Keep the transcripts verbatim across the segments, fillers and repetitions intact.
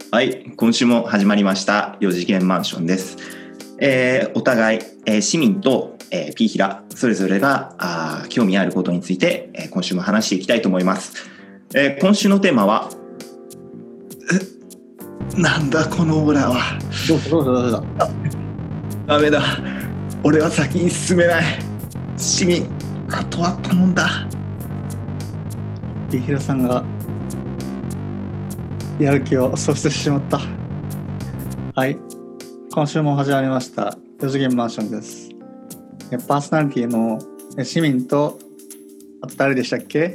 はい、今週も始まりましたよ次元マンションです。えー、お互い、えー、市民と、えー、P 平それぞれがあ興味あることについて、えー、今週も話していきたいと思います。えー、今週のテーマはなんだこのオーラは。 どうぞどうぞどうぞ。 ダメだ、俺は先に進めない。市民、あとは頼んだ。 P 平さんがやる気を喪失してしまった。はい、今週も始まりましたよ次元マンションです。パーソナリティの市民と、あと誰でしたっけ？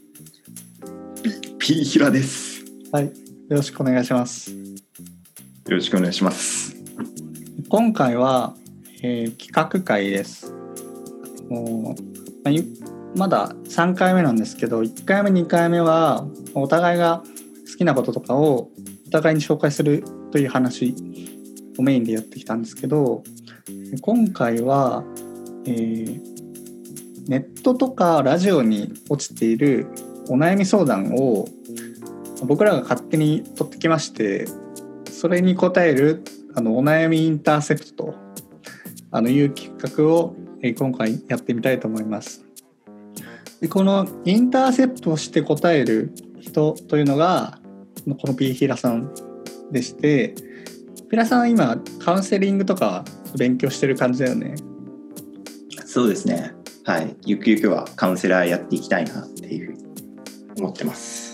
P 平です。 はい、よろしくお願いします。よろしくお願いします。 今回は、えー、企画会です。もうまださんかいめなんですけど、いっかいめにかいめはお互いが好きなこととかをお互いに紹介するという話をメインでやってきたんですけど、今回は、えー、ネットとかラジオに落ちているお悩み相談を僕らが勝手に取ってきまして、それに答えるあのお悩みインターセプトとあのいう企画を、えー、今回やってみたいと思います。でこのインターセプトをして答える人というのがこの P 平さんでして、平さんは今カウンセリングとか勉強してる感じだよね。 そうですね、はい、ゆくゆくはカウンセラーやっていきたいなっていうふうに思ってます。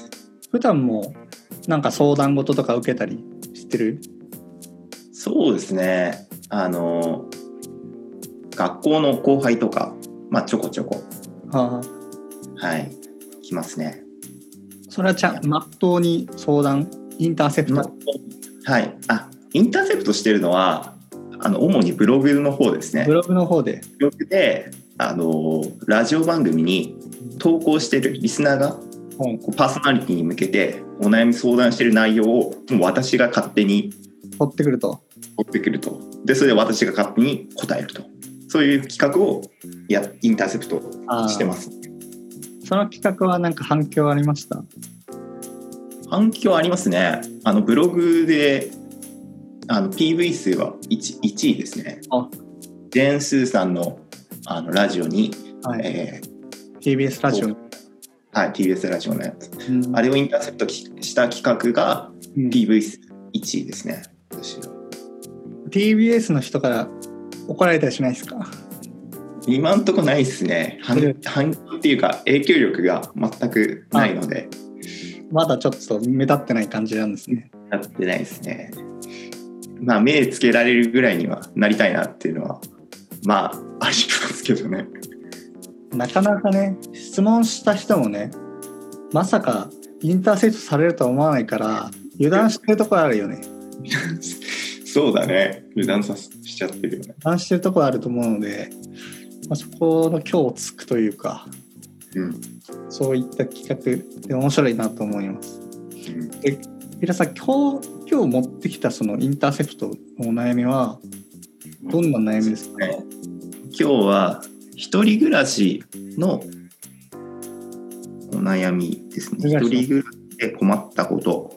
普段もなんか相談事とか受けたりしてる？ そうですね、あの学校の後輩とか、まあ、ちょこちょこ、 はあ、はい、来ますね。 それはちゃんまっとうに相談インターセプト、 はい、あ、インターセプトしてるのはあの主にブログの方ですね。 ブログの方でブログであのラジオ番組に投稿してるリスナーが、うん、パーソナリティに向けてお悩み相談してる内容をもう私が勝手に取ってくると取ってくるとでそれで私が勝手に答えると、そういう企画をやインターセプトしてます。 その企画は何か反響ありました？ 反響ありますね。あのブログであの ピーブイ 数は 1, いちいですね。 あ、 ジェーン・スーさん の, あのラジオに、 はい、 えー、ティービーエス ラジオ、 はい、ティービーエス ラジオのやつ、うん、あれをインターセプトした企画が ピーブイ 数いちいですね、うん、私は。 ティービーエス の人から怒られたりしないですか？ 今んとこないですね。反響っていうか影響力が全くないので、 まだちょっと目立ってない感じなんですね。 目立ってないですね。まあ目つけられるぐらいにはなりたいなっていうのはまあありますけどね。 なかなかね、質問した人もね、まさかインターセプトされるとは思わないから油断してるところあるよね。 そうだね、油断さしちゃってるよね。 油断してるところあると思うので、まあ、そこの今日つくというか、うん、そういった企画で面白いなと思います。うん、で、平さん、今日今日持ってきたそのインターセプトのお悩みはどんな悩みですか？ね、 今日は一人暮らしのお悩みですね。一人暮らしで困ったこと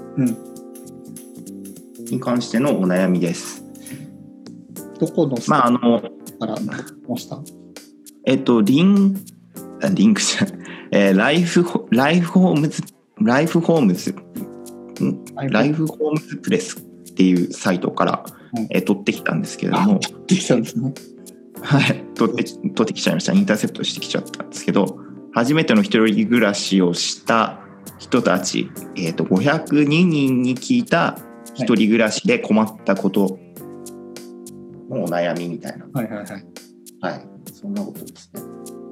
に関してのお悩みです。 うん、どこのスタッフからました？ えっとリンリンクじゃない、えー、ライフライフホームズライフホームズライフホームズプレスっていうサイトから、うんえー、取ってきたんですけれども、 取ってきたんですね。 はい、取って取ってきちゃいました。インターセプトしてきちゃったんですけど、初めての一人暮らしをした人たち、えー、とごひゃくににんに聞いた一人暮らしで困ったことのお悩みみたいな、 はいはいはい、 はい、そんなことですね。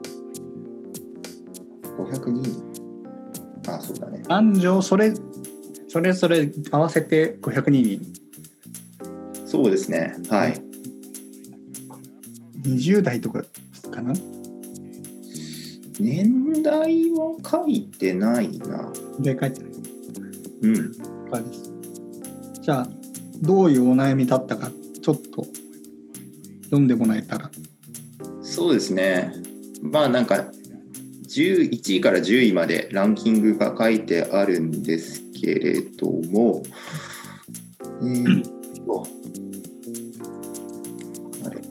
ごひゃくにん、あ、そうだね。 男女それそれぞれ合わせてごひゃくにん。 そうですね。はい。 にじゅう代とかかな。 年代は書いてないな。 で書いてない。 うん。 はいです。じゃあどういうお悩みだったかちょっと読んでもらえたら。 そうですね。まあなんかじゅういちいからじゅういまでランキングが書いてあるんですけれども、 ーとあれ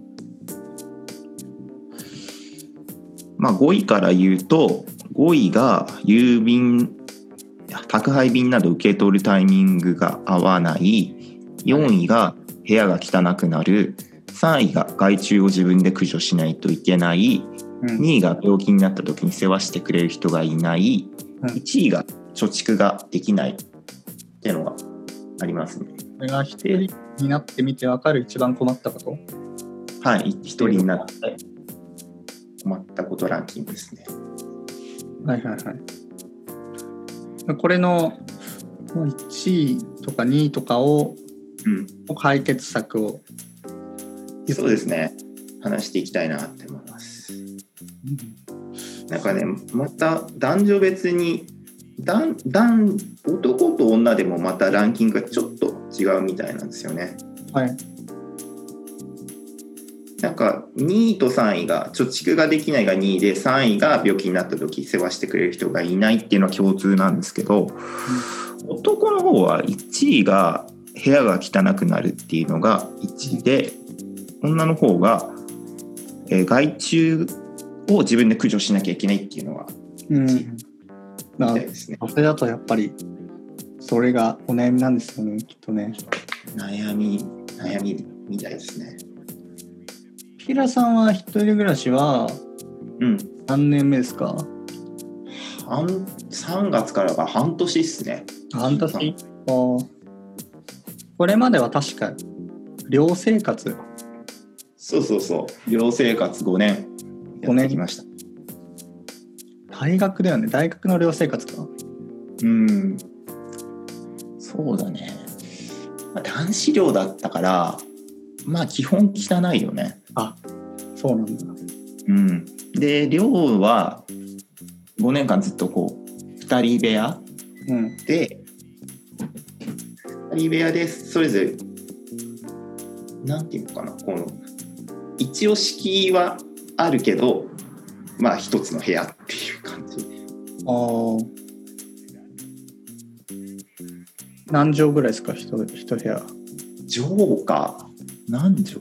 まあごいから言うと、ごいが郵便宅配便など受け取るタイミングが合わない、よんいが部屋が汚くなる、さんいが害虫を自分で駆除しないといけない、うん、にいが病気になった時に世話してくれる人がいない、うん、いちいが貯蓄ができないっていうのがありますね。 これが一人になってみて分かる一番困ったこと？ はい、一人になって困ったことランキングですね。 はいはいはい。これのいちいとかにいとかを、うん、解決策をそうですね、話していきたいなって思います。うん、なんかね、また男女別に男男男と女でもまたランキングがちょっと違うみたいなんですよね。 はい。 なんかにいとさんいが貯蓄ができないがにいで、さんいが病気になった時世話してくれる人がいないっていうのは共通なんですけど、うん、男の方はいちいが部屋が汚くなるっていうのがいちいで、女の方が、えー、害虫を自分で駆除しなきゃいけないっていうのがいちい、うん、みたいですね。 それだとやっぱりそれがお悩みなんですよね、きっとね。 悩み悩みみたいですね。 ピラさんは一人暮らしは何年目ですか？ うん、さんがつからが半年ですね。 半年？あ、これまでは確か寮生活。 そうそうそう、寮生活ごねんやってきました。 大学だよね。大学の寮生活か。 うん、そうだね。まあ、男子寮だったからまあ基本汚いよね。 あ、そうなんだ。 うん。で、寮はごねんかんずっとこうふたり部屋、うん、でふたり部屋でそれぞれなんていうのかな、この一応敷居はあるけど、まあ一つの部屋っていう感じ。 ああ。何畳ぐらいですか、一部屋？ 畳か。何畳？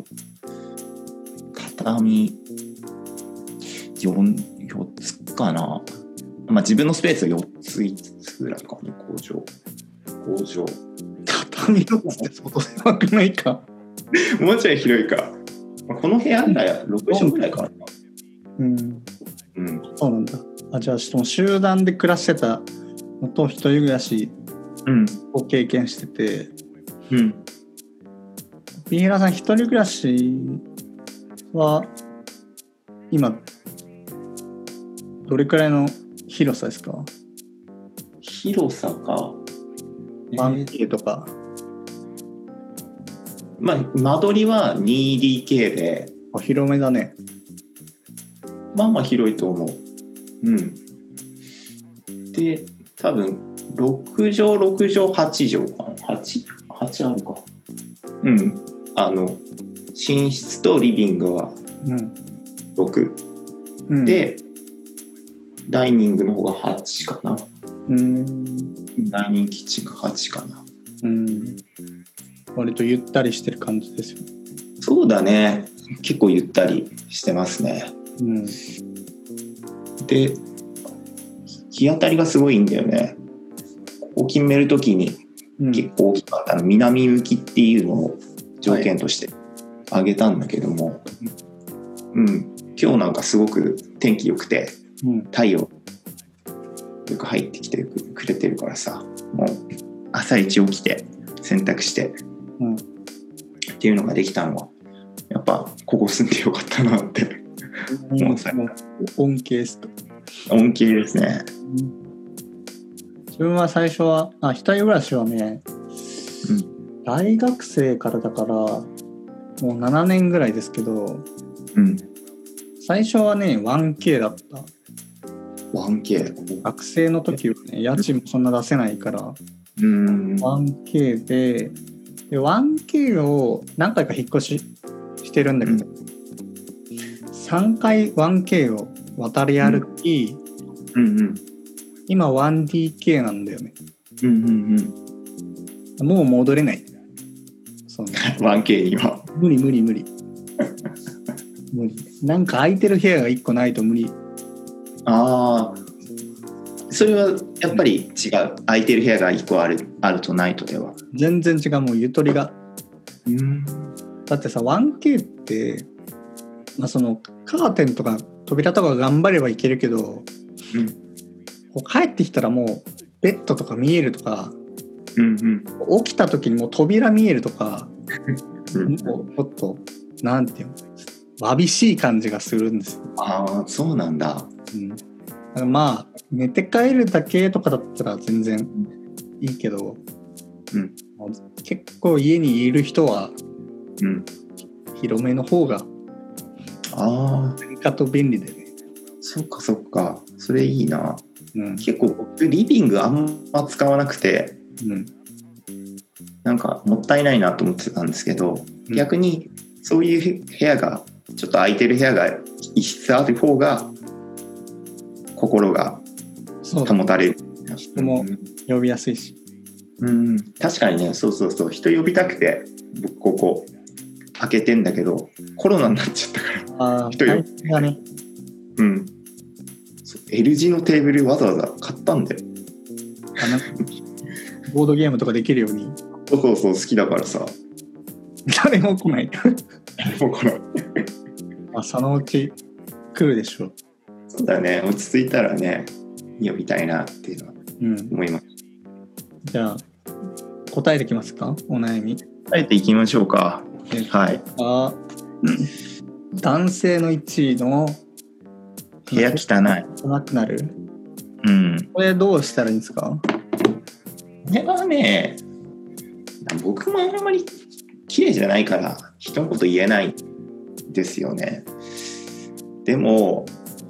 畳よんつかな。まあ自分のスペースはよっついつつぐらいかな。ご畳ご畳。 畳よっつって相当狭くないか？ もうちょい広いか。この部屋がろく畳ぐらいかな。 うん、うん、そうなんだ。あ、じゃあその集団で暮らしてたのと一人暮らしを経験してて、うん。三平さん、一人暮らしは今どれくらいの広さですか？ 広さかワンケー とか、 まあ間取りは ツーディーケー で、 あ、広めだね。 まあまあ広いと思う。うん。で、多分ろく畳ろく畳はち畳かな。はち、はちあるか。うん。あの寝室とリビングはろく、うん、でダイニングの方がはちかな。うん、ダイニングキッチンがはちかな。 うん、割とゆったりしてる感じですよね。 そうだね、結構ゆったりしてますね。うん、で日当たりがすごいいいんだよね。ここ決めるときに結構大きかったの、うん、南向きっていうのを条件として挙げたんだけども、はい、うん、今日なんかすごく天気良くて、うん、太陽よく入ってきてくれてるからさ、もう朝一起きて洗濯して、うん、っていうのができたのはやっぱここ住んでよかったなって思った。 恩恵ですか？ 恩恵ですね。 うん、自分は最初はあ一人暮らしはね、うん、大学生からだからもうななねんぐらいですけど、うん、最初はね ワンケー だった。 ワンケー学生の時はね家賃もそんな出せないから、うん、ワンケー で, で ワンケー を何回か引っ越ししてるんだけど、うん、さんかい ワンケー を渡り歩き、うんうんうん、今 ワンディーケー なんだよね。うんうんうん、もう戻れない。 ワンケー には無理無理無理無理。なんか空いてる部屋がいっこないと無理。 ああ、それはやっぱり違う。空いてる部屋がいっこある、あるとないとでは。 全然違う。もうゆとりが。 うん。 だってさ ワンケー って、まあ、そのカーテンとか扉とか頑張ればいけるけど、うん、こう帰ってきたらもうベッドとか見えるとか、うんうん、起きた時にもう扉見えるとか、うん、もうちょっとなんていうの、わびしい感じがするんですよ。 ああ、そうなんだ。 うん、だからまあ寝て帰るだけとかだったら全然いいけど、うん、結構家にいる人は、うん、広めの方がああ、 何かと便利でね。 そっかそっか、それいいな。うん、結構僕リビングあんま使わなくて、うん、なんかもったいないなと思ってたんですけど、うん、逆にそういう部屋がちょっと空いてる部屋が一室ある方が心が保たれる。 人も呼びやすいし、 うん、確かにね、そうそうそう、人呼びたくて僕ここ開けてんだけどコロナになっちゃったからあ人呼びだね。 うん。L 字のテーブルわざわざ買ったんだよ。 あ、なんかボードゲームとかできるように。 そうそうそう、好きだからさ。 誰も来ない。 誰も来ない。 あ、そのうち来るでしょう。 そうだね、落ち着いたらね、呼びたいなっていうのは思います。 うん、じゃあ答えてきますか、お悩み。 答えていきましょうか。はい。 あ、男性のいちいの部屋汚い。 汚くなる。 うん。 これどうしたらいいんですか。 これはね、僕もあんまり綺麗じゃないから人のこと言えないですよね。でも、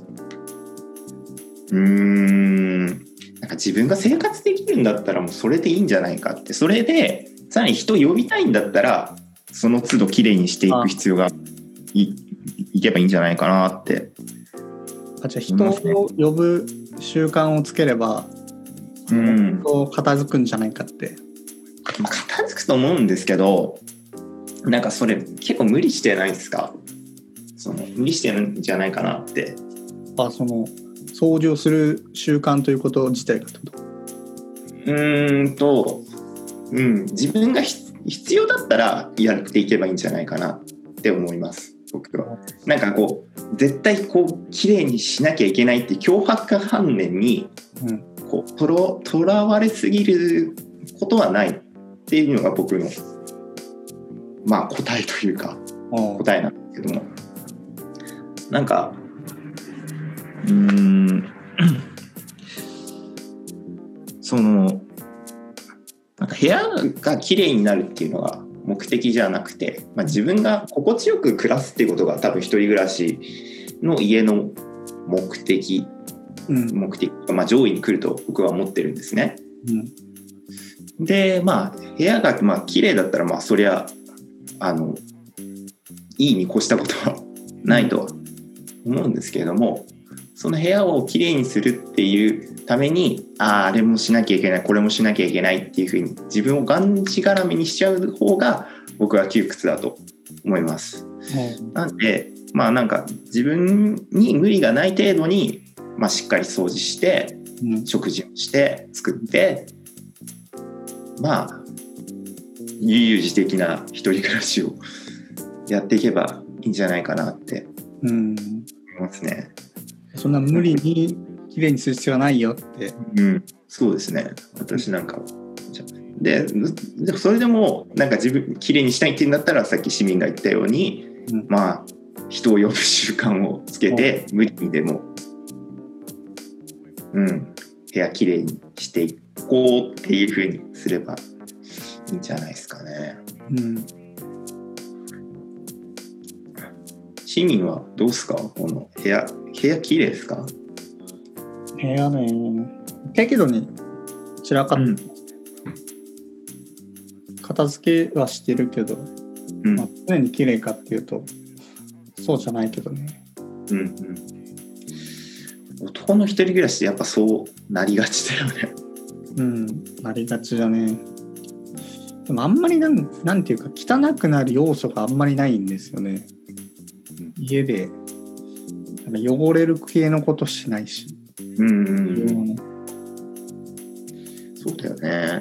うーん、なんか自分が生活できるんだったらもうそれでいいんじゃないかって。それでさらに人呼びたいんだったらその都度綺麗にしていく必要が い, いけばいいんじゃないかなって。 あ、じゃあ人を呼ぶ習慣をつければ、うん、片付くんじゃないかって。 片付くと思うんですけど、なんかそれ結構無理してないですか。その無理してるんじゃないかなって。 あ、その掃除をする習慣ということ自体がってこと。 うーんと、うん、自分が必要だったらやっていけばいいんじゃないかなって思います。僕はなんかこう絶対こう綺麗にしなきゃいけないっていう強迫観念に、うん、こうとろとらわれすぎることはないっていうのが僕のまあ答えというか答えなんですけども、なんかうーんそのなんか部屋が綺麗になるっていうのが目的じゃなくて、まあ、自分が心地よく暮らすっていうことが多分一人暮らしの家の目的、うん、目的、まあ、上位に来ると僕は思ってるんですね。うん、で、まあ部屋がまあ綺麗だったらまあそりゃあのいいに越したことはないとは思うんですけれども、その部屋をきれいにするっていうために、ああ、あれもしなきゃいけない、これもしなきゃいけないっていうふうに自分をがんじがらめにしちゃう方が僕は窮屈だと思います。うん、なんで、まあなんか自分に無理がない程度に、まあ、しっかり掃除して、うん、食事をして作って、まあ悠々自適な一人暮らしをやっていけばいいんじゃないかなって思いますね。 うん、そんな無理にきれいにする必要はないよって。 うん、そうですね。私なんかで、それでもなんか自分きれいにしたいって言うんだったら、さっき市民が言ったように、うん、まあ人を呼ぶ習慣をつけて、うん、無理にでも、うん、部屋きれいにしていこうっていう風にすればいいんじゃないですかね。うん、市民はどうですか？この部屋部屋きれいですか？ 部屋ね、適度に散らかって、うん、片付けはしてるけど、うん、まあ、常に綺麗かっていうとそうじゃないけどね。うんうん、 男の一人暮らしってやっぱそうなりがちだよね。 うん、なりがちだね。 でもあんまりなんなんていうか汚くなる要素があんまりないんですよね。家でなんか汚れる系のことしないし。 うんうんうん、そうだよね。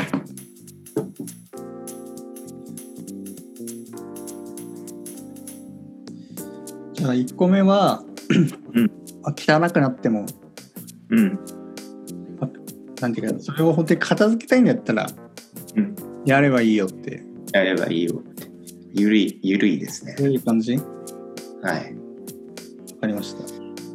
じゃあいっこめは、うん、汚くなっても、 うん、 なんていうかそれを本当に片付けたいんだったら、うん、やればいいよって。 やればいいよって。ゆるいゆるいですね。 ゆるい感じ。 はい。 わかりました。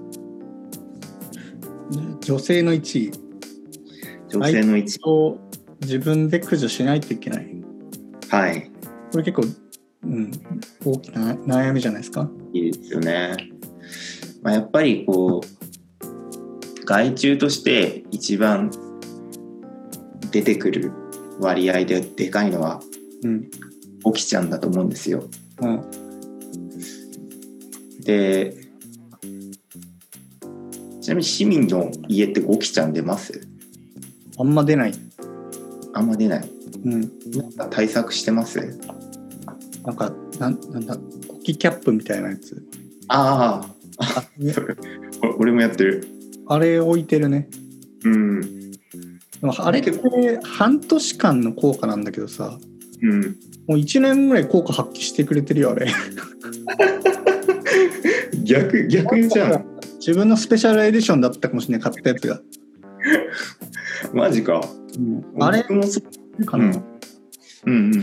女性のいちい。 女性のいちいを自分で駆除しないといけない。 はい。 これ結構、うん、大きな悩みじゃないですか。 いいですよね。まあ、やっぱりこう害虫として一番出てくる割合ででかいのは、うん、ゴキちゃんだと思うんですよ。うん、でちなみに市民の家ってゴキちゃん出ます？ あんま出ない。 あんま出ない。 うん。 なんか対策してます？ なんかなんなんだゴキキャップみたいなやつ。 ああ、俺もやってる。 あれ置いてるね。 うん。 でもあれって半年間の効果なんだけどさ。 うん。 もういちねんぐらい効果発揮してくれてるよあれ。 逆逆じゃん。 自分のスペシャルエディションだったかもしれない、買ったやつが。 マジか。 うん、あれもそうかな。うん、 うんうん。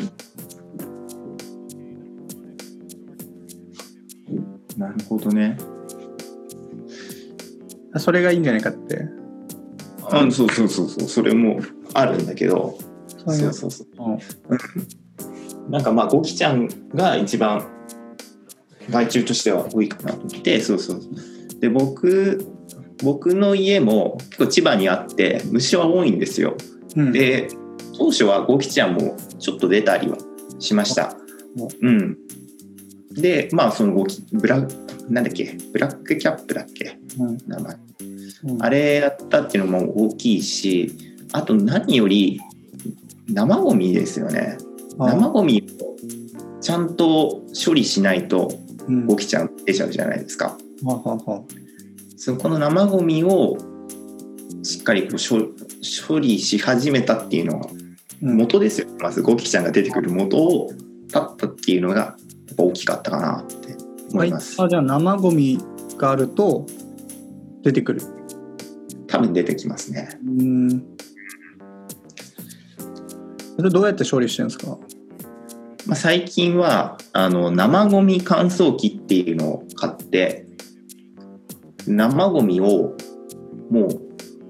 なるほどね。 それがいいんじゃないかって。 あ、そうそうそうそう、それもあるんだけど。そうそうそうそう。うん、なんかまあゴキちゃんが一番害虫としては多いかなと思って、そうそう。で僕僕の家も結構千葉にあって虫は多いんですよ。うん、で当初はゴキちゃんもちょっと出たりはしました。うん。でまあそのゴキブラなんだっけブラックキャップだっけ、うん、名前、うん、あれやったっていうのも大きいし、あと何より生ゴミですよね。生ゴミをちゃんと処理しないとゴキちゃん出ちゃうじゃないですか。うん、はははそこの生ゴミをしっかりこう処理し始めたっていうのは元ですよ、うん、まずゴキちゃんが出てくる元を断ったっていうのがやっぱ大きかったかなって思います。 あ、じゃあ生ゴミがあると出てくる？ 多分出てきますね。 うん。それどうやって処理してるんですか？ まあ、最近はあの生ゴミ乾燥機っていうのを買って生ゴミをもう、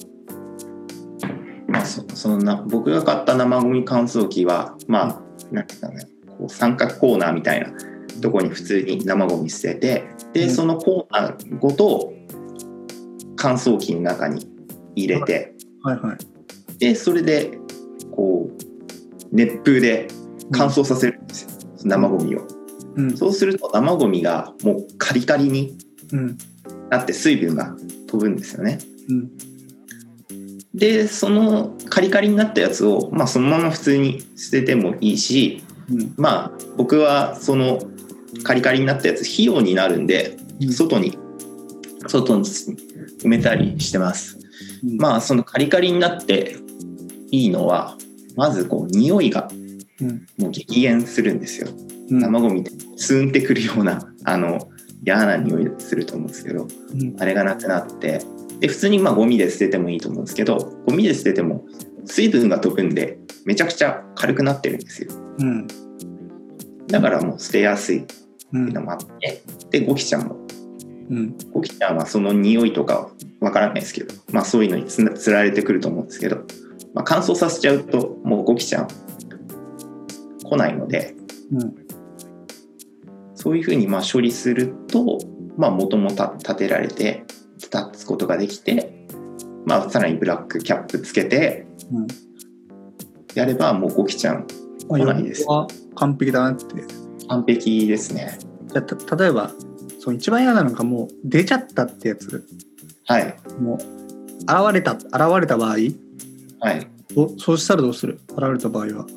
まあ、そ, そのな僕が買った生ゴミ乾燥機はまあなんていうかね、こう三角コーナーみたいなところに普通に生ゴミ捨てて、で、うん、そのコーナーごと乾燥機の中に入れて、 はいはいはい、 でそれでこう熱風で乾燥させるんですよ、うん、生ゴミを、うん、そうすると生ゴミがもうカリカリになって水分が飛ぶんですよね、うん、でそのカリカリになったやつを、まあ、そのまま普通に捨ててもいいし、うん、まあ僕はそのカリカリになったやつ費用になるんで、うん、外に外に埋めたりしてます、うん、まあそのカリカリになっていいのはまずこう匂いがもう激減するんですよ、うん、生ゴミってツーンってくるようなあの嫌な匂いすると思うんですけど、うん、あれがなくなって、で普通にまあゴミで捨ててもいいと思うんですけど、ゴミで捨てても水分が飛ぶんでめちゃくちゃ軽くなってるんですよ、うん、だからもう捨てやすいっていうのもあって、うん、でゴキちゃんも、うん、ゴキちゃんはその匂いとかわからないですけど、まあそういうのにつなつられてくると思うんですけど、まあ、乾燥させちゃうともうゴキちゃん来ないので、うん、そういうふうにまあ処理すると、まあ、元も立てられて立つことができて、まあ、さらにブラックキャップつけてやればもうゴキちゃん来ないです。 まあ、完璧だなって。 完璧ですね。 じゃあ例えばその一番嫌なのがもう出ちゃったってやつ、 はい、 もう現れた現れた場合、 はい、 そうしたらどうする？現れた場合は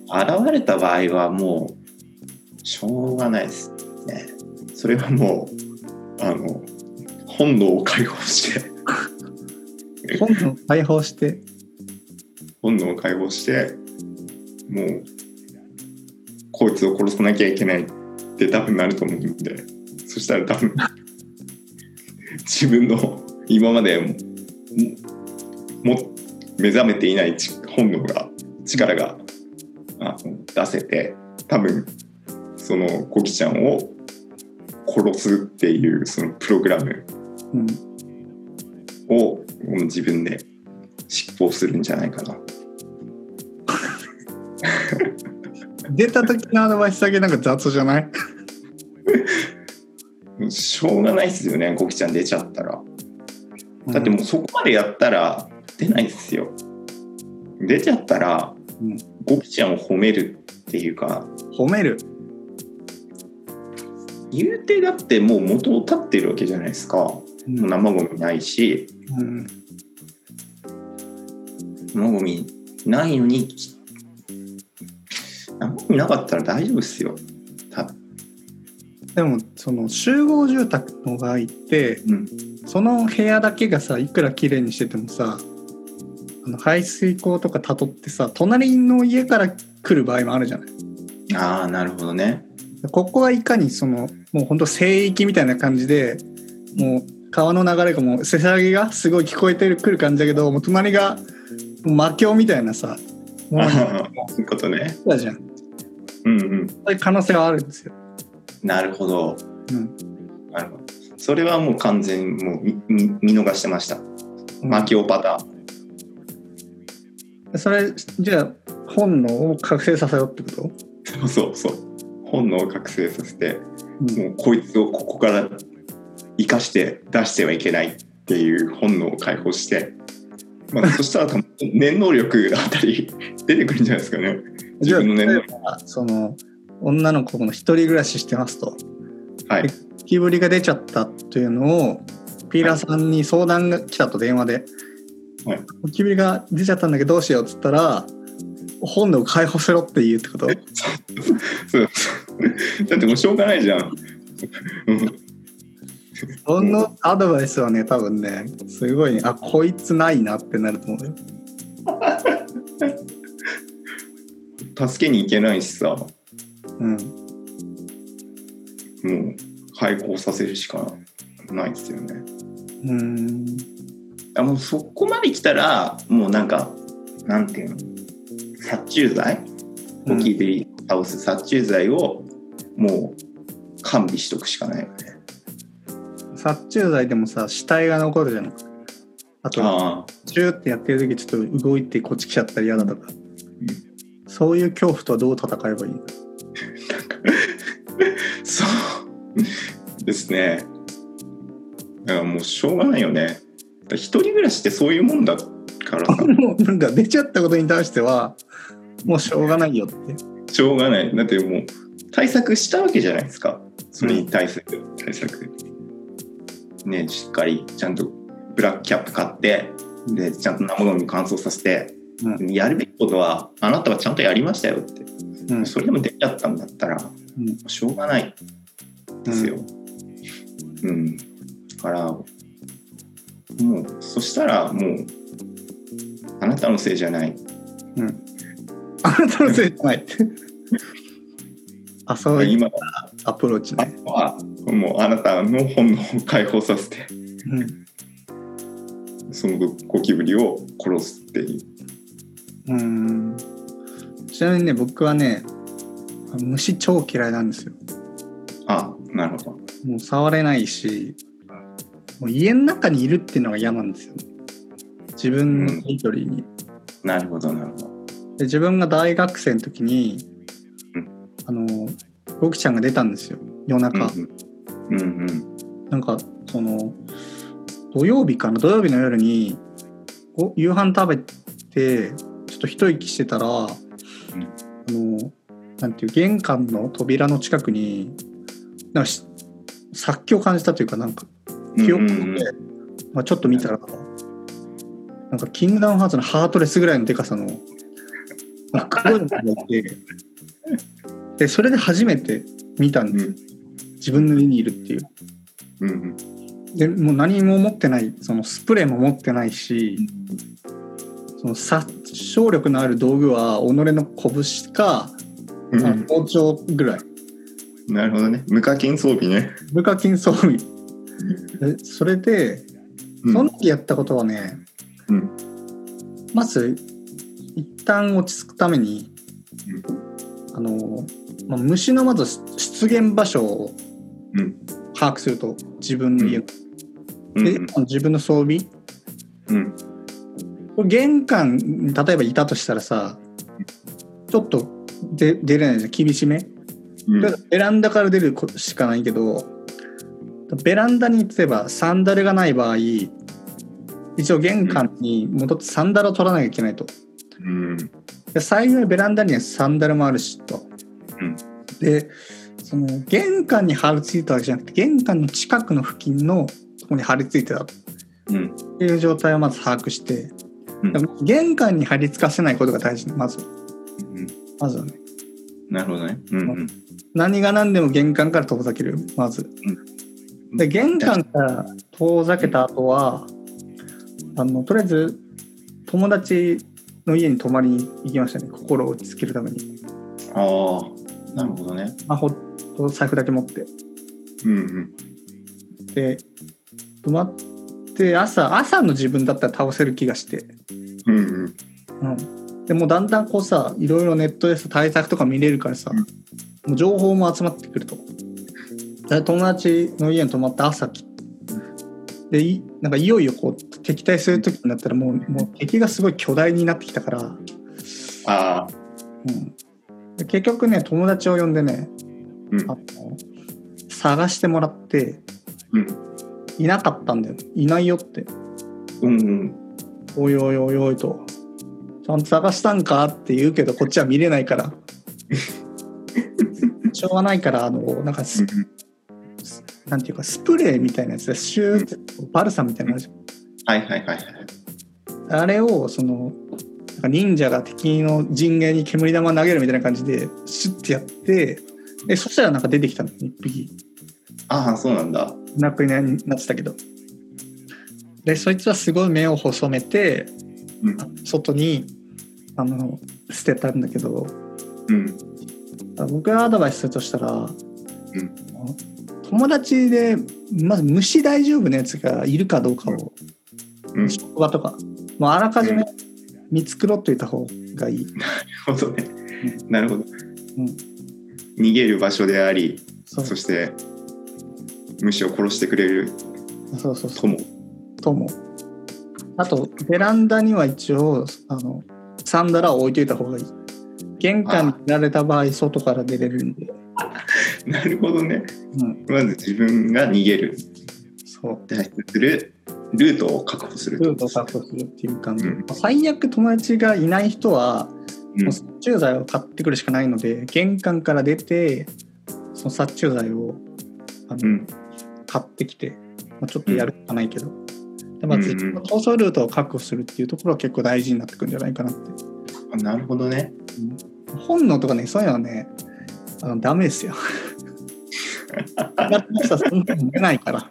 現れた場合はもうしょうがないですね。それはもうあの本能を解放して本能を解放して本能を解放してもうこいつを殺さなきゃいけないって多分なると思うんで、そしたら多分自分の今までもも目覚めていない本能が力があ出せて、多分そのコキちゃんを殺すっていうそのプログラムを自分で執行するんじゃないかな。 出た時のアドバイスだけなんか雑じゃない？ しょうがないですよね、コキちゃん出ちゃったら。だってもうそこまでやったら出ないですよ。出ちゃったら、うん、コキちゃんを褒めるっていうか、 褒める言うてだってもう元を立ってるわけじゃないですか、うん、生ゴミないし、うん、生ゴミないのに生ゴミなかったら大丈夫ですよ多分。 でもその集合住宅の場合って、うん、その部屋だけがさいくら綺麗にしててもさ、あの排水溝とかたどってさ隣の家から来る場合もあるじゃない。 ああなるほどね。 ここはいかにそのもう本当聖域みたいな感じで、もう川の流れがもうせせらぎがすごい聞こえてくる感じだけど、もう隣が魔境みたいなさ、もうそういうことね。 だじゃん。 うんうん。 そういう可能性はあるんですよ。 なるほど。うん。なるほど。それはもう完全にもう 見, 見逃してました。魔境パターン。 うん、それじゃあ本能を覚醒させろってこと？ そうそうそう。本能を覚醒させて、うん、もうこいつをここから生かして出してはいけないっていう本能を解放して、まあ、そしたら多分念能力あたり出てくるんじゃないですかね。 自分の念能力。その女の子の一人暮らししてますと、 はい、 ゴキブリが出ちゃったというのをピーラーさんに相談が来たと電話で、はい、ゴキブリが出ちゃったんだけどどうしようっつったら本能を解放せろって言うってこと？ そうだってもうしょうがないじゃん。 そのアドバイスはね多分ねすごい、ね、あこいつないなってなると思うよ。 助けに行けないしさ、 うん、もう解放させるしかないですよね。 うーんあもうそこまで来たらもうなんかなんていうの殺虫剤ゴキブリ倒す殺虫剤をもう完備しとくしかないよね。 殺虫剤でもさ死体が残るじゃん。あとあチューってやってる時ちょっと動いてこっち来ちゃったら嫌だとか、うん、そういう恐怖とはどう戦えばいいの？そうですね。いやもうしょうがないよね。一人暮らしってそういうもんだからさ。 もうなんか出ちゃったことに対してはもうしょうがないよって。 しょうがない。だってもう対策したわけじゃないですか。それに対する対策、うん、ねしっかりちゃんとブラックキャップ買ってでちゃんと生ゴミ乾燥させて、うん、やるべきことはあなたはちゃんとやりましたよって、うん、それでも出ちゃったんだったら、うん、しょうがないですよ。うん、うん、だからもうそしたらもうあなたのせいじゃない、 うん、あなたのせいじゃないあそういう今アプローチね。 あはもうあなたの本能を解放させて、うん、そのゴキブリを殺すっていう。 うーんちなみにね僕はね虫超嫌いなんですよ。 あなるほど。 もう触れないしもう家の中にいるっていうのが嫌なんですよ。自分のテリトリーに、 うん、なるほどなるほど。 で自分が大学生の時に、うん、あのゴキちゃんが出たんですよ夜中、うんうんうん、なんかその土曜日かな土曜日の夜に夕飯食べてちょっと一息してたら、うん、あのなんていう玄関の扉の近くになんか殺気を感じたというかなんか記憶で、うんうんうんまあ、ちょっと見たらなんかキングダムハーツのハートレスぐらいのでかさの黒いのがいて、でそれで初めて見たんです、うん、自分の家にいるっていう、うんうん、でもう何も持ってない、そのスプレーも持ってないし、うん、その殺傷力のある道具は己の拳か、うん、包丁ぐらい。 なるほどね、無課金装備ね。 無課金装備でそれでその時やったことはね、うん、まず一旦落ち着くために、うん、あの、まあ、虫のまず出現場所を把握すると、自分の家の、うん、で、うん、自分の装備、うん、これ玄関例えばいたとしたらさ、ちょっとで出れないじゃん、厳しめ、うん、ベランダから出るしかないけど、ベランダに例えばサンダルがない場合、一応玄関に戻ってサンダルを取らなきゃいけないと、うん、で幸いベランダにはサンダルもあるしと、うん、でその玄関に張り付いたわけじゃなくて、玄関の近くの付近のところに張り付いてたと、うん、っていう状態をまず把握して、うん、玄関に張り付かせないことが大事、まず、うん、まずはね。 なるほどね、うんうん、 何が何でも玄関から遠ざける、まず、うん、で玄関から遠ざけた後は、あのとりあえず友達の家に泊まりに行きましたね、心を落ち着けるために。 ああ、なるほどね。 まあ、ほっと財布だけ持って、うんうん、で泊まって朝朝の自分だったら倒せる気がして、うんうんうん、でもうだんだんこうさ、いろいろネットでさ対策とか見れるからさ、うん、もう情報も集まってくると、友達の家に泊まった朝で、いなんかいよいよこう敵対する時になったらもう、もう敵がすごい巨大になってきたから、あ、うん、で結局ね友達を呼んでね、うん、あの探してもらって、うん、いなかったんだよ、いないよって、うんうん、おいおいおいおいと、ちゃんと探したんかって言うけどこっちは見れないからしょうがないから、あのなんかス、うんなんていうかスプレーみたいなやつでシューってバルサみたいなのあるじゃん、はいはいはいはい、あれをそのなんか忍者が敵の陣形に煙玉投げるみたいな感じでシュッてやって、でそしたらなんか出てきたの一匹。 ああ、そうなんだ。 なくなってたけど、でそいつはすごい目を細めて、うん、外にあの捨てたんだけど、うん、僕がアドバイスするとしたら、うん、友達でまず虫大丈夫なやつがいるかどうかを、うん、職場とかもうあらかじめ見繕っといた方がいい、うん、なるほどね、うん、なるほど、うん、逃げる場所であり、 そ, そして虫を殺してくれるそうそうそう友友あとベランダには一応あのサンダルを置いといた方がいい。玄関に出られた場合外から出れるんで。 なるほどね、うん、まず自分が逃げる、そう脱出するルートを確保するルートを確保するっていう感じ、うん、最悪友達がいない人は、うん、もう殺虫剤を買ってくるしかないので、玄関から出てその殺虫剤をあの、うん、買ってきて、まあ、ちょっとやるしかないけど、うん、でまず逃走ルートを確保するっていうところは結構大事になってくるんじゃないかなって。 あ、なるほどね、 うん、本能とかね、そういうのはねあのダメですよやってきたらそんなの出ないから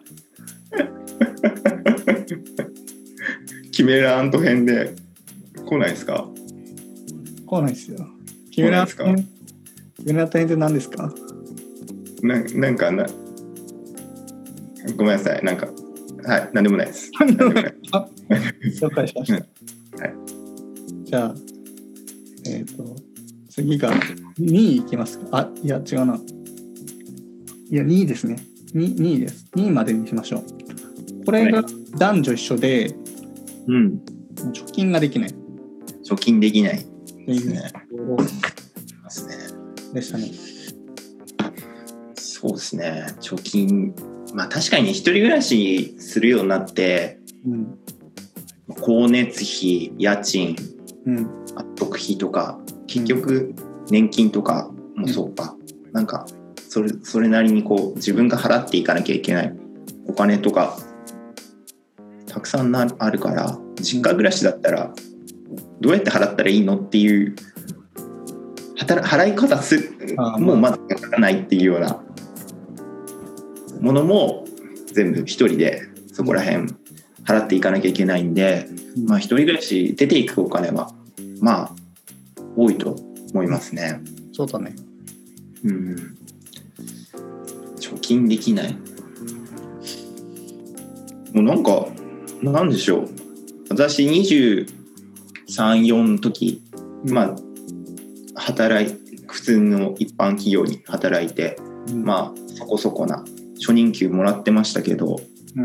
キメラアント編で来ないですか？ 来ないですよ。キメラアント編、キメラアント編って何ですか？ な, なんかなごめんなさい、なんかはい何でもないです了解しました、はい、じゃあえっ、ー、と次がにいいきますか？あ、いや違うな、いやにいですね、 2, 2位です。にいまでにしましょう。これが男女一緒で、うん、貯金ができない、 貯金できないですね。ますね。 でしたね。 そうですね。貯金、まあ確かにね、一人暮らしするようになって、うん、光熱費、家賃、うん、食費とか、結局年金とかもそうか、うん、なんかそれそれなりにこう自分が払っていかなきゃいけないお金とかたくさんなあるから、実家暮らしだったらどうやって払ったらいいのっていう働払い方すもうまだわからないっていうようなものも全部一人でそこら辺払っていかなきゃいけないんで、うん、まあ一人暮らし出ていくお金はまあ多いと思いますね。 そうだね。 うん。貯金できない。もうなんかなんでしょう。私にじゅうさん、よんの時、まあ働い普通の一般企業に働いて、うん、まあそこそこな初任給もらってましたけど、うん、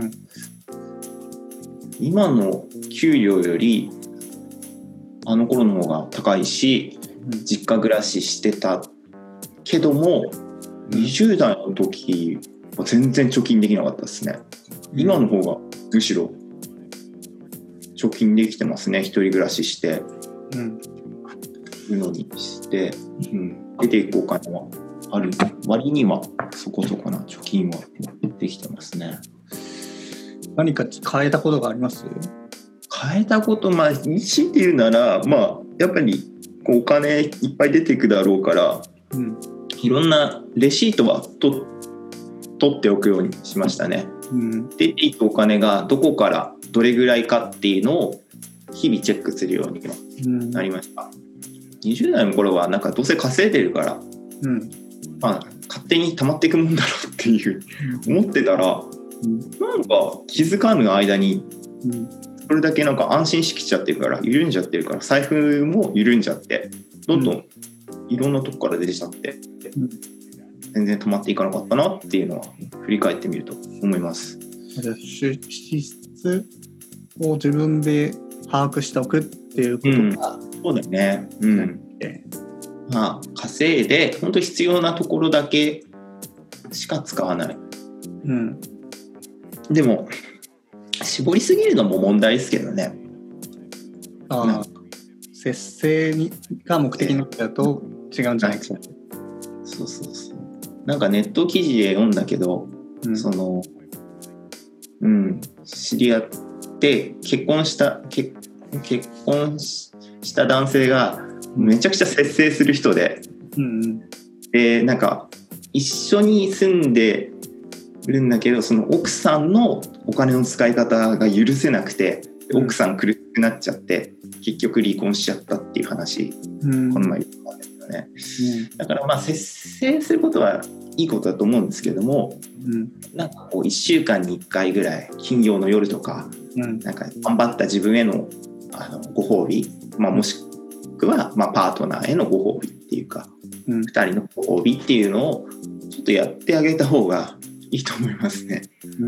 今の給料よりあの頃の方が高いし、うん、実家暮らししてたけども、にじゅう代の時は全然貯金できなかったですね。今の方がむしろ貯金できてますね。一人暮らしして、うん、いうのにして、うん、出ていくお金はある割にはそこそこな貯金はできてますね。 何か変えたことがあります？ 変えたこと、まあ強いて言うなら、まあやっぱりこうお金いっぱい出ていくだろうから、うん、いろんなレシートはと取っておくようにしましたね。うん、出ていくお金がどこからどれぐらいかっていうのを日々チェックするようにはなりました。うん、にじゅう代の頃はなんかどうせ稼いでるから、うん、まあ勝手に溜まっていくもんだろうっていう思ってたら、うん、なんか気づかぬ間にそれだけなんか安心しきっちゃってるから、緩んじゃってるから、財布も緩んじゃってどんどんいろんなとこから出てちゃって、うん、全然止まっていかなかったなっていうのは振り返ってみると思います。 じゃあ支出を自分で把握しておくっていうことが、 うん、そうだよね。うん。まあ稼いで本当に必要なところだけしか使わない。うん。でも絞りすぎるのも問題ですけどね。 ああ、節制にが目的になっちゃうと違うんじゃないか。 そうそうそう。なんかネット記事で読んだけど、うん、そのうん知り合って結婚した結結婚した男性がめちゃくちゃ節制する人で、うんうん、でなんか一緒に住んでるんだけど、その奥さんのお金の使い方が許せなくて、奥さん苦しくなっちゃって結局離婚しちゃったっていう話、うん、この前言ったんですよね。うん、だからまあ節制することはいいことだと思うんですけども、うん、なんかこういっしゅうかんにいっかいぐらい金曜の夜とか、うん、なんか頑張った自分への、あのご褒美、まあ、もしくはまあパートナーへのご褒美っていうか、うん、ふたりのご褒美っていうのをちょっとやってあげた方がいいと思いますね。うん、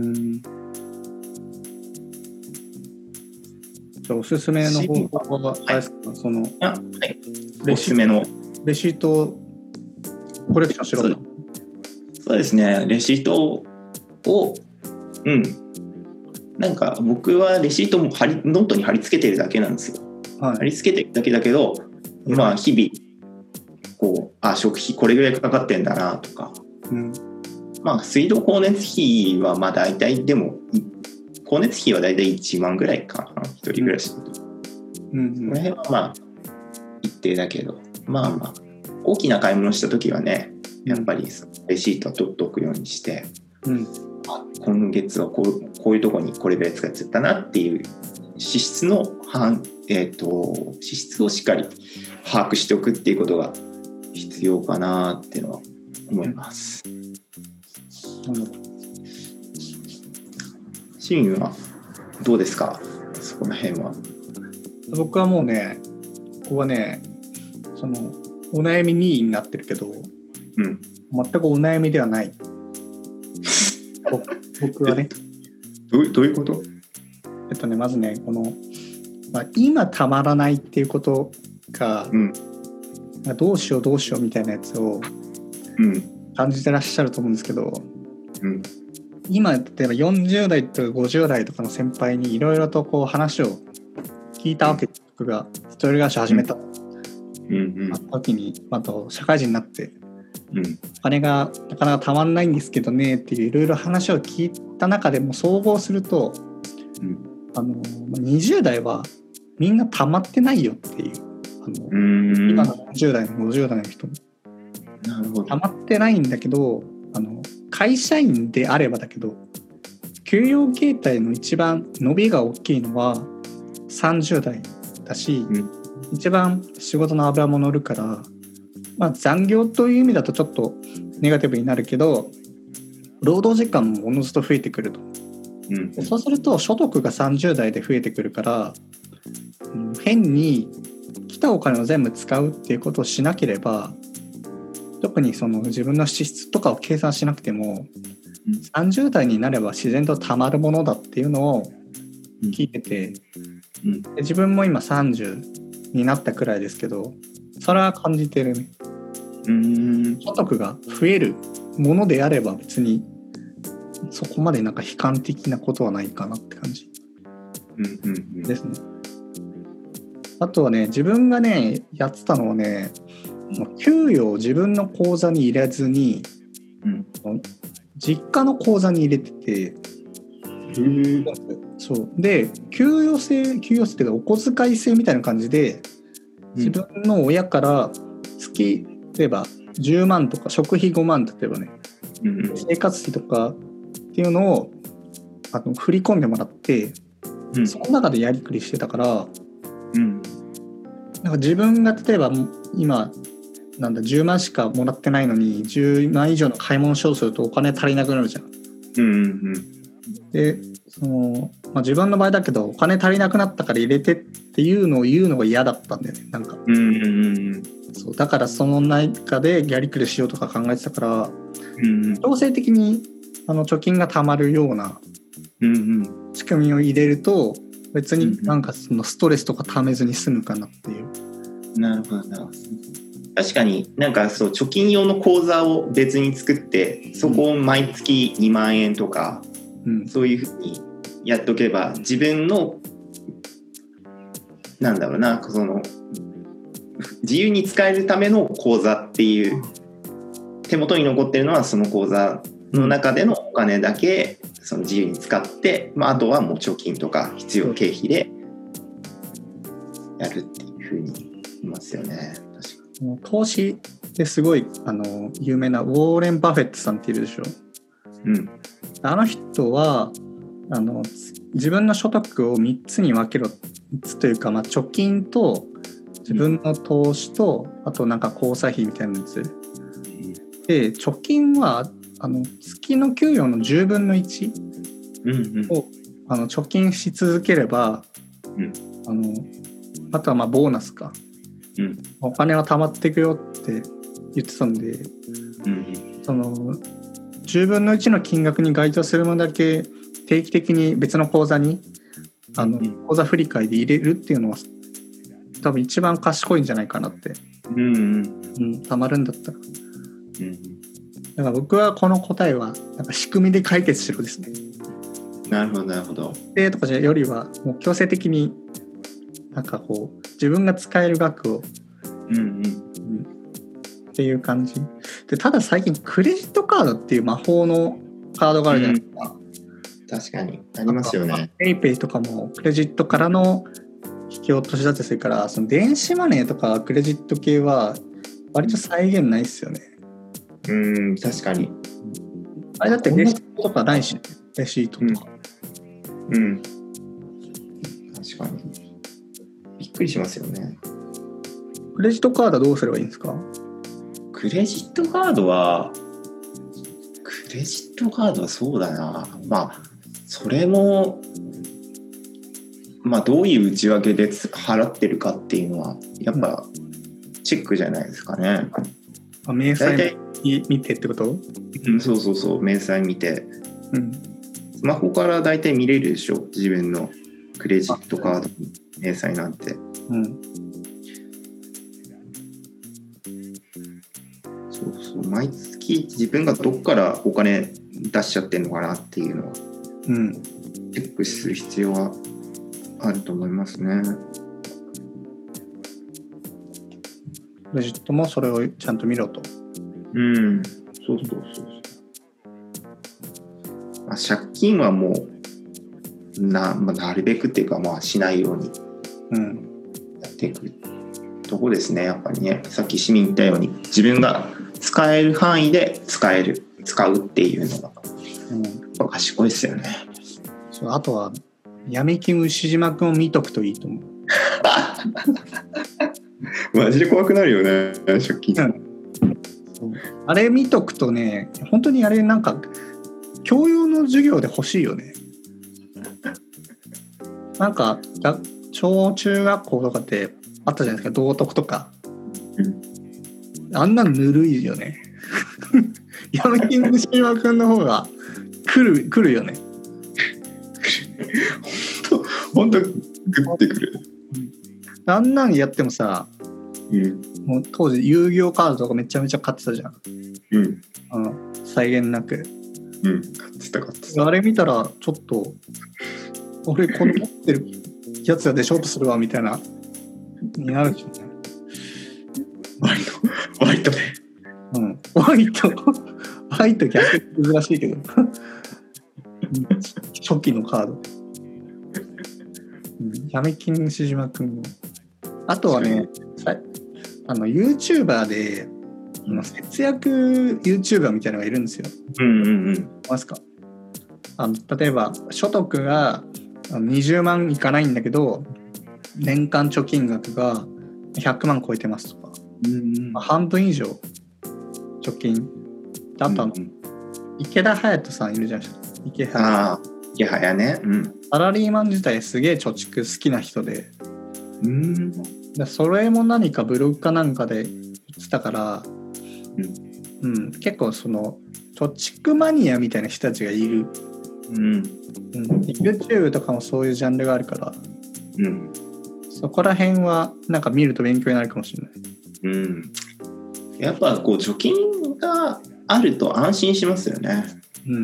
じゃあおすすめの方法はあれですか、はい、そのあ、はい、おすすめのレシートをコレクションしろと。 そうですね、レシートを、うん、なんか僕はレシートも貼りノートに貼り付けてるだけなんですよ。はい、貼り付けてるだけだけど、まあ日々こうあ食費これぐらいかかってんだなとか、うん、まあ水道光熱費はまあ大体でも光熱費は大体いちまんぐらいかな、一人暮らしの時、うんうん、この辺はまあ一定だけど、まあまあ大きな買い物した時はね、やっぱりレシートは取っておくようにして、うん、あ今月はこう、こういうところにこれぐらい使っちゃったなっていう支出の、えーと、支出をしっかり把握しておくっていうことが必要かなっていうのは思います。うん、シーンはどうですか、そこら辺は。 僕はもうね、ここはね、そのお悩みにになってるけど、うん、全くお悩みではない。僕はね。 どう、どういうこと？ えっとね、まずね、この、まあ、今たまらないっていうことが、うん、まあ、どうしようどうしようみたいなやつを感じてらっしゃると思うんですけど、うん、今例えばよんじゅう代とかごじゅう代とかの先輩にいろいろとこう話を聞いたわけです。僕が一人暮らし始めた、うんうん、時に、あと社会人になって、うん、お金がなかなかたまんないんですけどねっていういろいろ話を聞いた中でも総合すると、うん、あのにじゅう代はみんなたまってないよっていうあのうん。 今のよんじゅう代のごじゅう代の人もなるほど。 溜まってないんだけど、あの会社員であればだけど、給与形態の一番伸びが大きいのはさんじゅう代だし、 うん、 一番仕事の油も乗るから、まあ、残業という意味だとちょっとネガティブになるけど、労働時間もおのずと増えてくると、 うん、 そうすると所得がさんじゅう代で増えてくるから、うん、変に来たお金を全部使うっていうことをしなければ、特にその自分の支出とかを計算しなくても、うん、さんじゅう代になれば自然とたまるものだっていうのを聞いてて、うん、で自分も今さんじゅうになったくらいですけど、それは感じてるね。 うーん、 所得が増えるものであれば別にそこまでなんか悲観的なことはないかなって感じですね。あとはね、自分がねやってたのはね、給与を自分の口座に入れずに、うん、実家の口座に入れてて、そうで給与制給与制っていうかお小遣い制みたいな感じで、自分の親から月例えばじゅうまんとか食費ごまん、例えばね、うん、生活費とかっていうのをあの振り込んでもらって、うん、その中でやりくりしてたから、うん、なんか自分が例えば今なんだじゅうまんしかもらってないのにじゅうまん以上の買い物をするとお金足りなくなるじゃん。うんうんうん、でその、まあ、自分の場合だけどお金足りなくなったから入れてっていうのを言うのが嫌だったんだよね、なんか。うんうんうん、そうだからその中でやりくりしようとか考えてたから、うん、強制的にあの貯金がたまるような仕組みを入れると別になんかそのストレスとかためずに済むかなっていう。 うん、なるほどなるほど。確かになんかそう貯金用の口座を別に作ってそこを毎月にまんえんとか、うん、そういうふうにやっとけば自分のなんだろうな、その自由に使えるための口座っていう手元に残ってるのはその口座の中でのお金だけその自由に使って、まあ、あとはもう貯金とか必要経費でやるっていうふうに言いますよね。 投資ですごいあの有名なウォーレン・バフェットさんっているでしょ、うん、あの人はあの自分の所得をみっつに分けろ、みっつというか、まあ、貯金と自分の投資と、うん、あとなんか交際費みたいなやつ、うん、で貯金はあの月の給与のじゅうぶんのいちを、うんうん、あの貯金し続ければ、うん、あのあとはまあボーナスか、うん、お金は貯まっていくよって言ってたんで、うん、そのじゅうぶんのいちの金額に該当するものだけ定期的に別の口座にあの、うん、口座振り替えで入れるっていうのは多分一番賢いんじゃないかなって、うんうんうん、貯まるんだったら、うん、だから僕はこの答えはなんか仕組みで解決しろですね。 なるほどなるほど。 でとかじゃよりはもう強制的になんかこう自分が使える額を、うんうんうん、っていう感じで、ただ最近クレジットカードっていう魔法のカードがあるじゃないですか、うん、 確かにありますよね。 ペイペイとかもクレジットからの引き落とし立てするから、その電子マネーとかクレジット系は割と再現ないですよね。 うん、確かに。 あれだってレシートとかないし、レシートとか、 うん、うん、確かにびっくりしますよね。 クレジットカードはどうすればいいんですか？ クレジットカードはクレジットカードはそうだな、まあそれもまあどういう内訳で払ってるかっていうのはやっぱチェックじゃないですかね。 あ、明細見てってこと？ うん、そうそうそう、明細見て、うん、スマホからだいたい見れるでしょ、自分のクレジットカード明細なんて、うん、そうそう、毎月自分がどっからお金出しちゃってんのかなっていうのは、うん、チェックする必要はあると思いますね。 クレジットもそれをちゃんと見ろと。 うん、そうそうそうそう。まあ、借金はもうな、まあ、なるべくっていうか、まあしないようにやっていくっとこですね。やっぱりね、さっき市民言ったように自分が使える範囲で使える使うっていうのが、うん、賢いですよね。 そう、あとは闇金牛島くんを見とくといいと思う。 マジで怖くなるよね、借金、うん、 そうあれ見とくとね、本当にあれなんか教養の授業で欲しいよね。なんか小中学校とかってあったじゃないですか、道徳とか、うん、あんなのぬるいよね。闇金牛島くんの方が来る来るよね。 本当グッてくる。 あんなんやってもさ、うん、もう当時遊戯王カードとかめちゃめちゃ買ってたじゃん。うん。あの際限なく。 うん。買ってた買ってた。 あれ見たらちょっと俺この持ってるやつらで勝負するわみたいなになるしね。 割と割とね。 うん。割と割と逆に珍しいけど。初期のカード。闇金牛島くん。あとはね、あの YouTuber で、うん、節約 YouTuber みたいなのがいるんですよ。 うんうんうん。 ますか？あの例えば所得がにじゅうまんいかないんだけど、年間貯金額がひゃくまん超えてますとか、うんうんまあ、半分以上貯金。あとあの、うんうん、池田隼人さんいるじゃないですか。池隼。ああ、池隼ね。うん。 サラリーマン自体すげえ貯蓄好きな人で、 うんでそれも何かブログかなんかで言ってたから、うんうん、結構その貯蓄マニアみたいな人たちがいる、うんうん、YouTube とかもそういうジャンルがあるから、うん、そこら辺はなんか見ると勉強になるかもしれない。 うん、やっぱこう貯金があると安心しますよね。うん、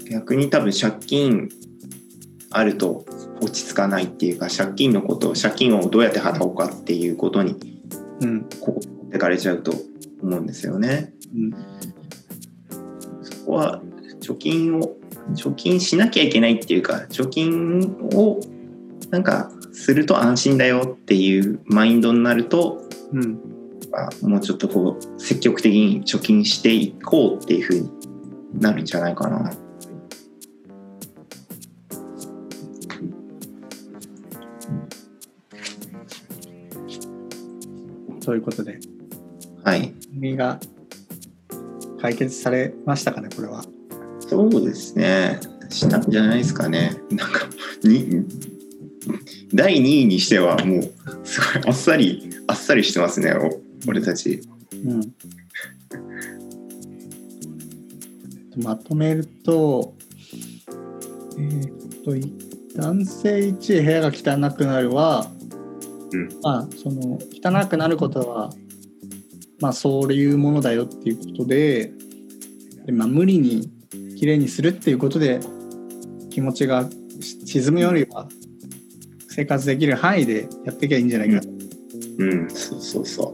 逆に多分借金あると落ち着かないっていうか、借金のこと借金をどうやって払おうかっていうことにここ持ってかれちゃうと思うんですよね、うん、そこは貯金を貯金しなきゃいけないっていうか、貯金をなんかすると安心だよっていうマインドになると、うん、もうちょっとこう積極的に貯金していこうっていう風になるんじゃないかな。 ということで、 はい。 君が解決されましたかね、これは。 そうですね。したんじゃないですかね。なんかにだいにいにしてはもうすごいあっさりあっさりしてますね、俺たち。 うん。まとめると、えー、っと男性いち部屋が汚くなるは。うん、まあその汚くなることはまあそういうものだよっていうことで、で、まあ、無理にきれいにするっていうことで気持ちが沈むよりは生活できる範囲でやっていけばいいんじゃないか、 うん、うん、そうそうそう。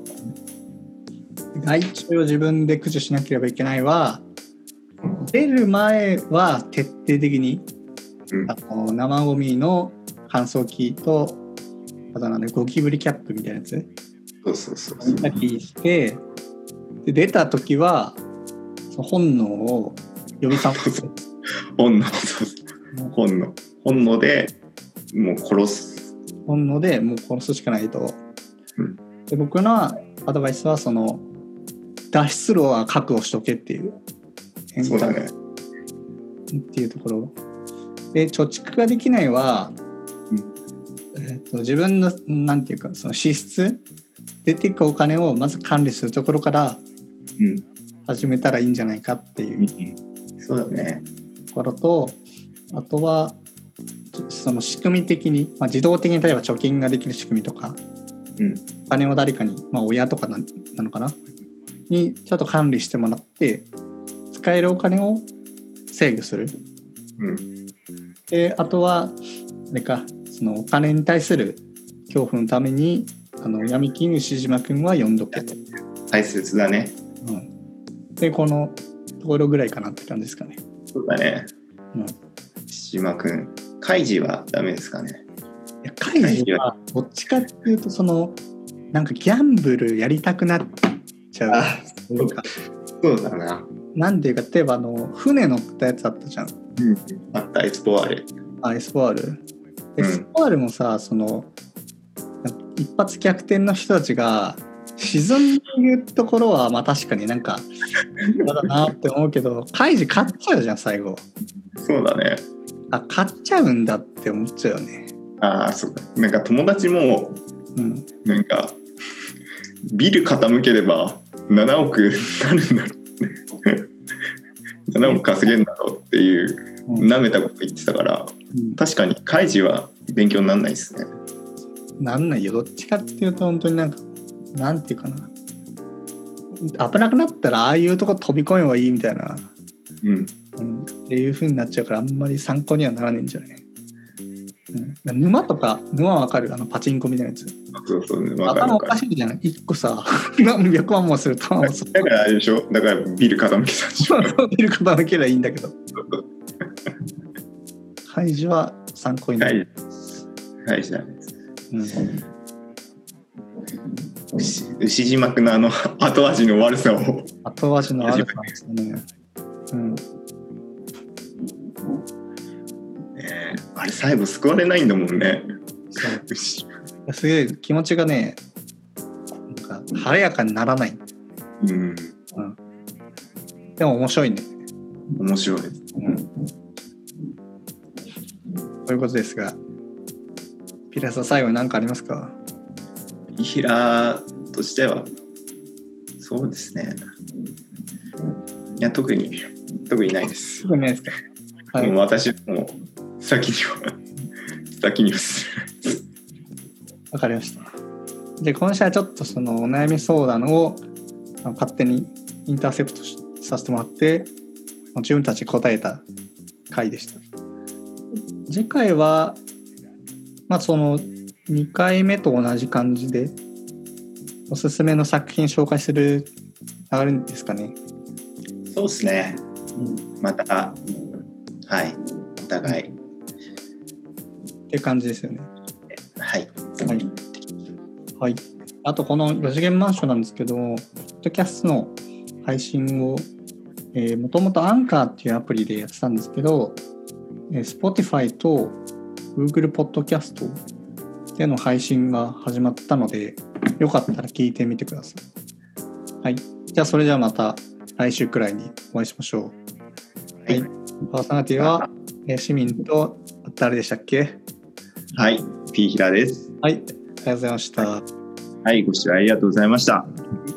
害虫を自分で駆除しなければいけないは、出る前は徹底的に、うん、あの生ゴミの乾燥機とあとなんでゴキブリキャップみたいなやつ、 そうそうそうそう、 したりして、で出た時はその本能を呼び覚ます。 本能、そうそう、本能、本能でもう殺す。 本能でもう殺すしかないと。うん、で僕のアドバイスはその脱出路は確保しとけっていう。 そうだね。 っていうところで、貯蓄ができないは。えー、と自分のなんていうかその支出出ていくお金をまず管理するところから始めたらいいんじゃないかっていう、 うん、そうだね。 ところと、あとはその仕組み的に、まあ、自動的に例えば貯金ができる仕組みとか、うん、お金を誰かに、まあ、親とか な, なのかなにちょっと管理してもらって使えるお金を制御する、うん、であとはあれかそのお金に対する恐怖のためにあの闇金牛島くんは読んどけと。 大切だね、 うん、でこのところぐらいかなって感じですかね。 そうだね、うん、牛島くんカイジはダメですかね。 いやカイジはどっちかっていうとそのなんかギャンブルやりたくなっちゃう。 あ、そうか。そうだな。 なんていうか、例えばあの船乗ったやつあったじゃん。 うん、あったエスポワール。 あ、エスポワール。エスポワールもさ、その一発逆転の人たちが沈んでいるところはまあ確かになんかまだなって思うけど、カイジ勝っちゃうじゃん最後。 そうだね。 あ、勝っちゃうんだって思っちゃうよね。ああ、そうか。なんか友達も、うん、なんかビル傾ければななおくなるんだろうななおく稼げるんだろうっていう舐めたこと言ってたから、うん、確かにカイジは勉強にならないですね。 なんないよ。どっちかっていうと本当になんかなんていうかな、危なくなったらああいうとこ飛び込めばいいみたいな、うんうん、っていう風になっちゃうからあんまり参考にはならないんじゃない、うん、沼とか沼はわかる、あのパチンコみたいなやつ。 そうそう、ね、 頭おかしいじゃん。いっこさ何百万もするとだからあれでしょ、だからビル傾けたんでしょビル傾ければいいんだけどカイジは参考になる。 カイジだね、うん、牛, 牛島くんのあの後味の悪さを後味の悪さですね、うん、 えー、あれ最後救われないんだもんね。 すげえ気持ちがね、なんか晴れやかにならない、うんうん、でも面白いね。 面白いです、うん、 ということですが、ピラさん最後に何かありますか？ ピヒラとしてはそうですね、いや特に特にないです。 特にないですか？ はい、もう私も先には先にはする。 わかりました。で今週はちょっとそのお悩み相談を勝手にインターセプトさせてもらって自分たち答えた回でした。次回はまあそのにかいめと同じ感じでおすすめの作品紹介する流れですかね。 そうですね、うん、またはいお互い、うん、 って感じですよね。 はいはい、はい、あとこのよ次元マンションなんですけど、ポッドキャストの配信をもともとアンカーっていうアプリでやってたんですけど、えー、Spotify と Google ポッドキャストでの配信が始まったので、よかったら聞いてみてください。はい、じゃあそれじゃあまた来週くらいにお会いしましょう。はい、はい、パーソナリティは市民と誰でしたっけ？ はい、ピーヒラです。 はい、ありがとうございました。 はい、はい、ご視聴ありがとうございました。